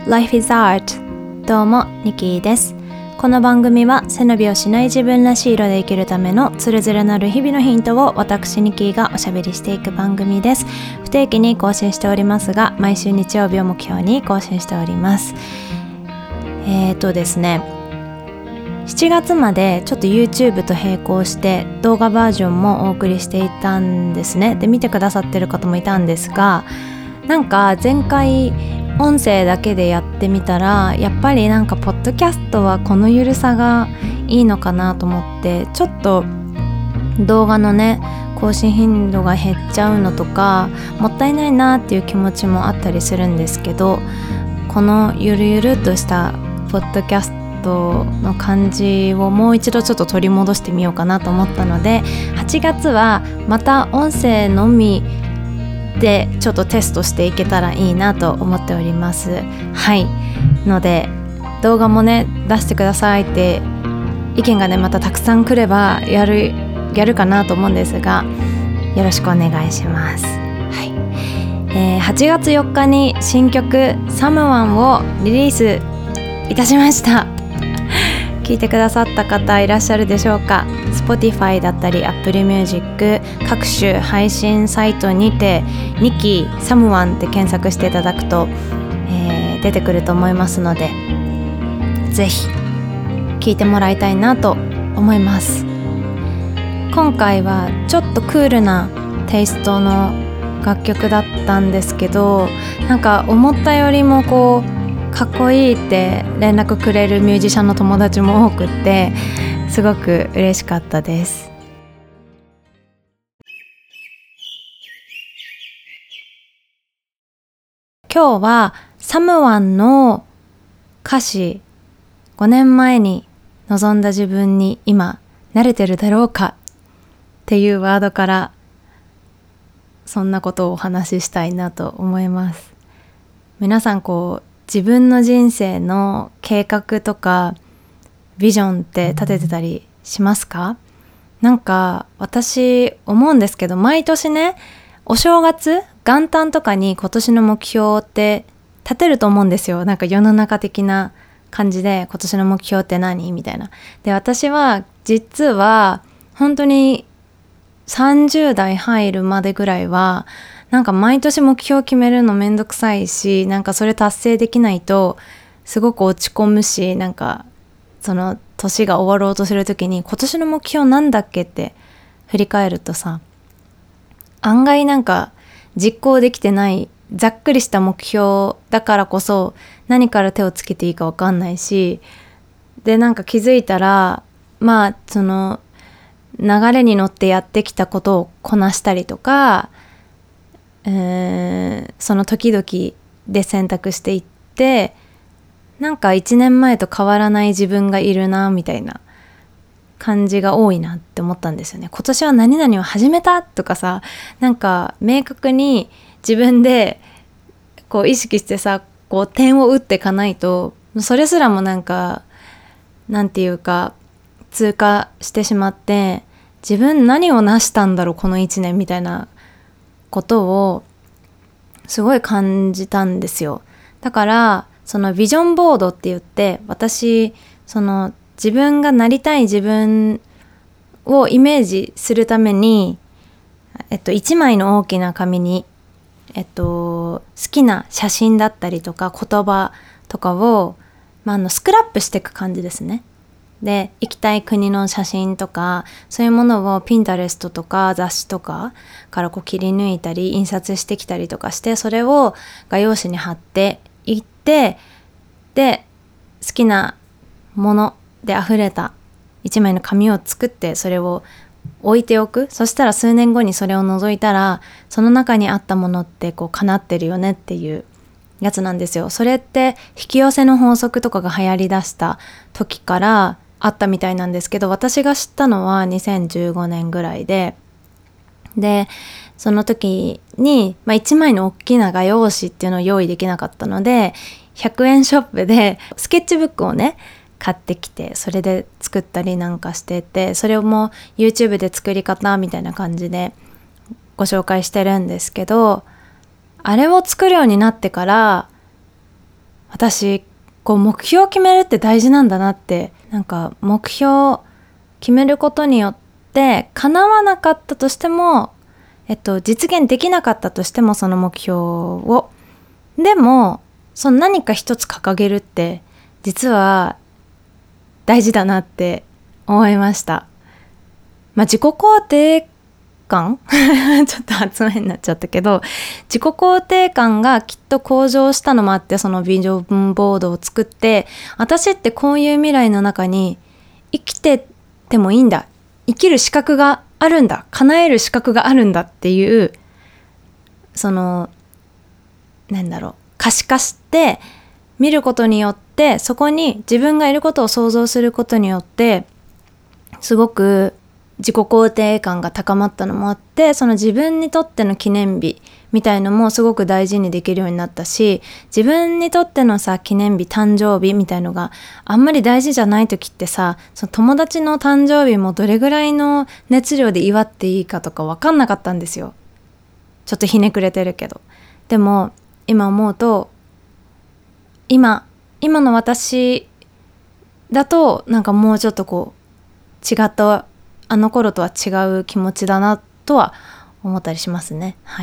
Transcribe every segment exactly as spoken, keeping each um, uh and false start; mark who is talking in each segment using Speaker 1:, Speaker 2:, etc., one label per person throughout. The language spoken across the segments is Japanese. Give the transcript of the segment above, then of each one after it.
Speaker 1: Life is Art。 どうもニキーです。この番組は背伸びをしない自分らしい色で生きるためのつるつるなる日々のヒントを私ニキーがおしゃべりしていく番組です。不定期に更新しておりますが、毎週日曜日を目標に更新しております。えーとですねしちがつまでちょっと YouTube と並行して動画バージョンもお送りしていたんですね。で見てくださってる方もいたんですが、なんか前回音声だけでやってみたらやっぱりなんかポッドキャストはこのゆるさがいいのかなと思って、ちょっと動画のね更新頻度が減っちゃうのとかもったいないなっていう気持ちもあったりするんですけど、このゆるゆるっとしたポッドキャストの感じをもう一度ちょっと取り戻してみようかなと思ったので、はちがつはまた音声のみでちょっとテストしていけたらいいなと思っております。はいので動画もね出してくださいって意見がねまたたくさん来ればやるやるかなと思うんですが、よろしくお願いします。はい、えー、はちがつよっかに新曲サムワンをリリースいたしました。聞いてくださった方いらっしゃるでしょうか。 Spotify だったり Apple Music 各種配信サイトにてニキーサムワンって検索していただくと、えー、出てくると思いますので、ぜひ聞いてもらいたいなと思います。今回はちょっとクールなテイストの楽曲だったんですけど、なんか思ったよりもこうかっこいいって連絡くれるミュージシャンの友達も多くってすごく嬉しかったです。今日はサムワンの歌詞、ごねんまえに望んだ自分に今慣れてるだろうかっていうワードからそんなことをお話ししたいなと思います。皆さんこう自分の人生の計画とかビジョンって立ててたりしますか？なんか私思うんですけど、毎年ねお正月元旦とかに今年の目標って立てると思うんですよ。なんか世の中的な感じで今年の目標って何みたいな。で私は実は本当にさんじゅう代入るまでぐらいはなんか毎年目標決めるのめんどくさいし、なんかそれ達成できないとすごく落ち込むし、なんかその年が終わろうとするときに今年の目標なんだっけって振り返るとさ、案外なんか実行できてないざっくりした目標だからこそ何から手をつけていいか分かんないし、でなんか気づいたらまあその流れに乗ってやってきたことをこなしたりとか、えー、その時々で選択していって、なんかいちねんまえと変わらない自分がいるなみたいな感じが多いなって思ったんですよね。今年は何々を始めたとかさ、なんか明確に自分でこう意識してさ、こう点を打っていかないと、それすらもなんかなんていうか通過してしまって、自分何を成したんだろうこのいちねんみたいなことをすごい感じたんですよ。だからそのビジョンボードって言って、私その自分がなりたい自分をイメージするために、えっと、いちまいの大きな紙に、えっと、好きな写真だったりとか言葉とかを、まあ、あのスクラップしていく感じですね。で行きたい国の写真とかそういうものをピンタレストとか雑誌とかからこう切り抜いたり印刷してきたりとかして、それを画用紙に貼っていって、で好きなもので溢れた一枚の紙を作ってそれを置いておく。そしたら数年後にそれを覗いたらその中にあったものってこう叶ってるよねっていうやつなんですよ。それって引き寄せの法則とかが流行りだした時からあったみたいなんですけど、私が知ったのはにせんじゅうごねんぐらいで、でその時に、まあ、いちまいの大きな画用紙っていうのを用意できなかったので、ひゃくえんショップでスケッチブックをね買ってきて、それで作ったりなんかしてて、それをもう YouTube で作り方みたいな感じでご紹介してるんですけど、あれを作るようになってから私こう目標を決めるって大事なんだなって、なんか目標を決めることによって叶わなかったとしても、えっと、実現できなかったとしてもその目標を、でもその何か一つ掲げるって実は大事だなって思いました。まあ自己肯定感ちょっと発音変になっちゃったけど、自己肯定感がきっと向上したのもあって、そのビジョンボードを作って、私ってこういう未来の中に生きててもいいんだ、生きる資格があるんだ、叶える資格があるんだっていう、そのなんだろう、可視化して見ることによって、そこに自分がいることを想像することによってすごく自己肯定感が高まったのもあって、その自分にとっての記念日みたいのもすごく大事にできるようになったし、自分にとってのさ記念日、誕生日みたいのがあんまり大事じゃない時ってさ、その友達の誕生日もどれぐらいの熱量で祝っていいかとか分かんなかったんですよ。ちょっとひねくれてるけど、でも今思うと、今今の私だとなんかもうちょっとこう違ったあの頃とは違う気持ちだなとは思ったりしますね。はい。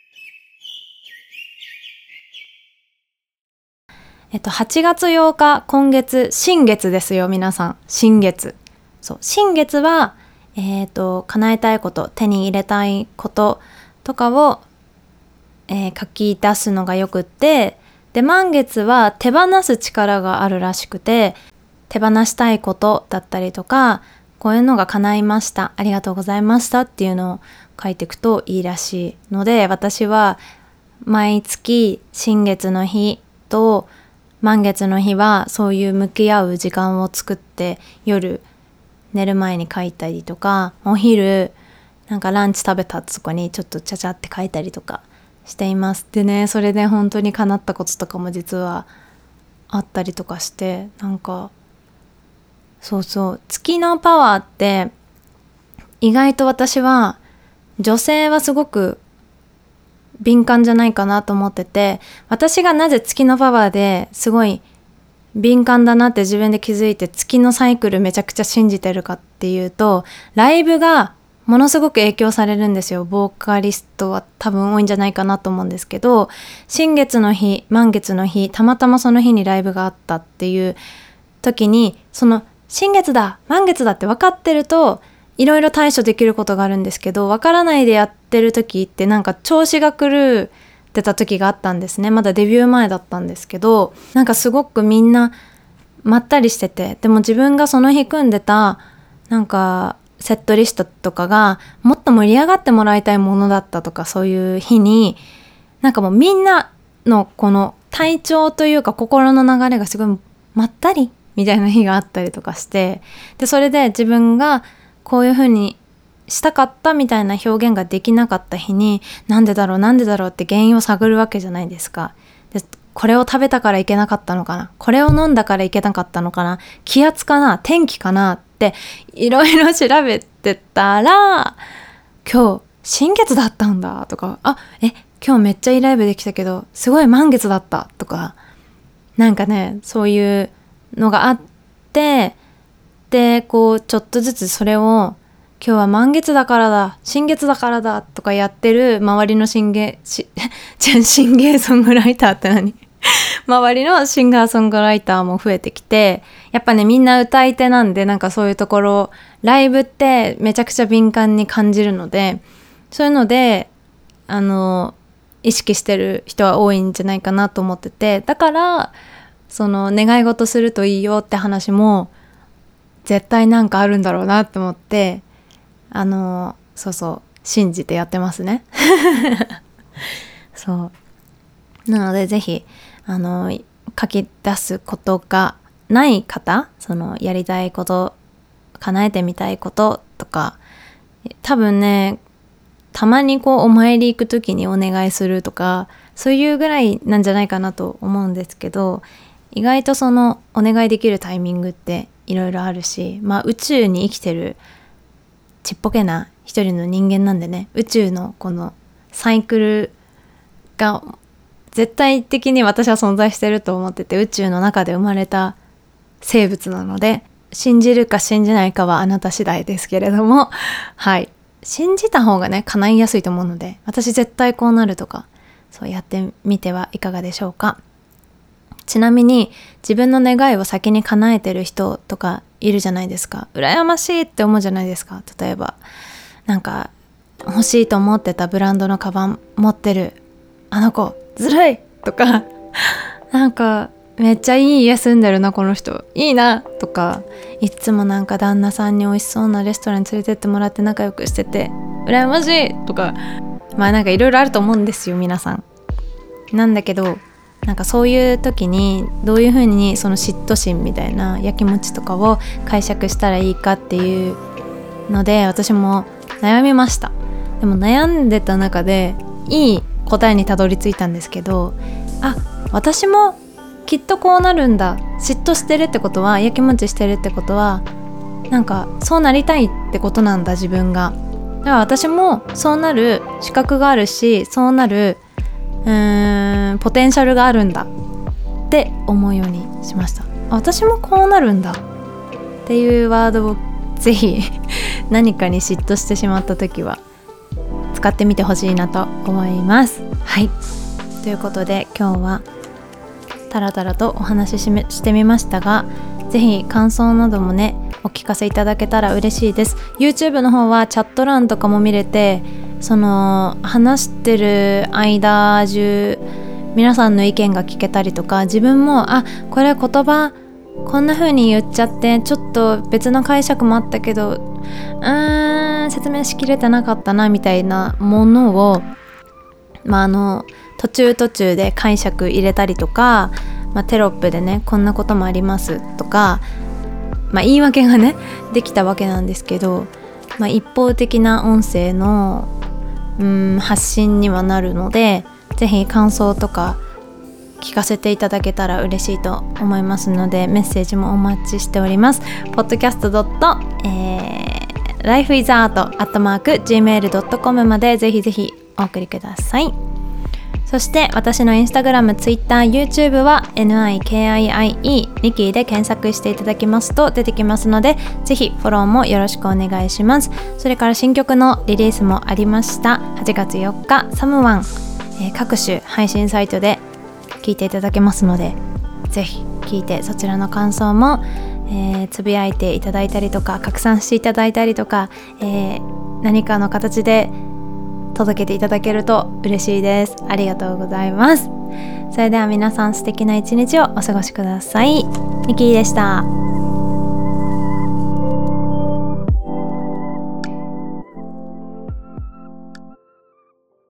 Speaker 1: えっとはちがつようか、今月新月ですよ皆さん。新月。そう、新月はえっと叶えたいこと、手に入れたいこととかを、えー、書き出すのがよくって、で満月は手放す力があるらしくて、手放したいことだったりとか、こういうのが叶いました、ありがとうございましたっていうのを書いていくといいらしいので、私は毎月新月の日と満月の日はそういう向き合う時間を作って、夜寝る前に書いたりとか、お昼なんかランチ食べたとこにちょっとちゃちゃって書いたりとかしています。でね、それで本当に叶ったこととかも実はあったりとかして、なんかそうそう、月のパワーって意外と私は女性はすごく敏感じゃないかなと思ってて、私がなぜ月のパワーですごい敏感だなって自分で気づいて月のサイクルめちゃくちゃ信じてるかっていうと、ライブがものすごく影響されるんですよ。ボーカリストは多分多いんじゃないかなと思うんですけど、新月の日、満月の日、たまたまその日にライブがあったっていう時に、その新月だ満月だって分かってるといろいろ対処できることがあるんですけど、分からないでやってる時ってなんか調子が狂ってた時があったんですね。まだデビュー前だったんですけど、なんかすごくみんなまったりしてて、でも自分がその日組んでたなんかセットリストとかがもっと盛り上がってもらいたいものだったとか、そういう日になんかもうみんなのこの体調というか心の流れがすごいまったりみたいな日があったりとかして、でそれで自分がこういう風にしたかったみたいな表現ができなかった日に、なんでだろうなんでだろうって原因を探るわけじゃないですか。でこれを食べたからいけなかったのかな、これを飲んだからいけなかったのかな、気圧かな、天気かなっていろいろ調べてたら、今日新月だったんだとか、あえ今日めっちゃいいライブできたけどすごい満月だったとか、なんかねそういうのがあって、でこうちょっとずつそれを今日は満月だからだ、新月だからだとかやってる周りの新芸し新芸ソングライターって何周りのシンガーソングライターも増えてきて、やっぱねみんな歌い手なんで、なんかそういうところライブってめちゃくちゃ敏感に感じるので、そういうのであの意識してる人は多いんじゃないかなと思ってて、だからその願い事するといいよって話も絶対なんかあるんだろうなって思って、あのそうそう信じてやってますねそうなので、ぜひあの書き出すことがない方、そのやりたいこと、叶えてみたいこととか、多分ねたまにこうお参り行く時にお願いするとか、そういうぐらいなんじゃないかなと思うんですけど、意外とそのお願いできるタイミングっていろいろあるし、まあ宇宙に生きてるちっぽけな一人の人間なんでね、宇宙のこのサイクルが絶対的に私は存在してると思ってて、宇宙の中で生まれた生物なので、信じるか信じないかはあなた次第ですけれども、はい、信じた方がね叶いやすいと思うので、私絶対こうなるとか、そうやってみてはいかがでしょうか。ちなみに自分の願いを先に叶えてる人とかいるじゃないですか。羨ましいって思うじゃないですか。例えばなんか欲しいと思ってたブランドのカバン持ってるあの子ずるいとかなんかめっちゃいい家住んでるなこの人いいなとか、いつもなんか旦那さんに美味しそうなレストランに連れてってもらって仲良くしてて羨ましいとか、まあなんかいろいろあると思うんですよ皆さん。なんだけどなんかそういう時にどういう風にその嫉妬心みたいなやきもちとかを解釈したらいいかっていうので私も悩みました。でも悩んでた中でいい答えにたどり着いたんですけど、あ、私もきっとこうなるんだ、嫉妬してるってことはやきもちしてるってことはなんかそうなりたいってことなんだ自分が。だから私もそうなる資格があるし、そうなるうーんポテンシャルがあるんだって思うようにしました。私もこうなるんだっていうワードをぜひ何かに嫉妬してしまった時は使ってみてほしいなと思います。はい、ということで今日はタラタラとお話ししめしてみましたが、ぜひ感想などもねお聞かせいただけたら嬉しいです。 YouTube の方はチャット欄とかも見れて、その話してる間中皆さんの意見が聞けたりとか、自分もあこれ言葉こんな風に言っちゃってちょっと別の解釈もあったけどうーん説明しきれてなかったなみたいなものを、まああの途中途中で解釈入れたりとか、まあ、テロップでねこんなこともありますとか、まあ、言い訳がねできたわけなんですけど、まあ、一方的な音声のうーん発信にはなるので、ぜひ感想とか聞かせていただけたら嬉しいと思いますので、メッセージもお待ちしております。ポッドキャストドットライフイズアートアットマークジーメールドットコム までぜひぜひお送りください。そして私のインスタグラム、ツイッター、YouTube は ニキー ニキーで検索していただきますと出てきますので、ぜひフォローもよろしくお願いします。それから新曲のリリースもありました。はちがつよっかサムワン、えー、各種配信サイトで聞いていただけますので、ぜひ聞いてそちらの感想も、えー、つぶやいていただいたりとか拡散していただいたりとか、えー、何かの形で届けていただけると嬉しいです。ありがとうございます。それでは皆さん素敵な一日をお過ごしください。ニキーでした。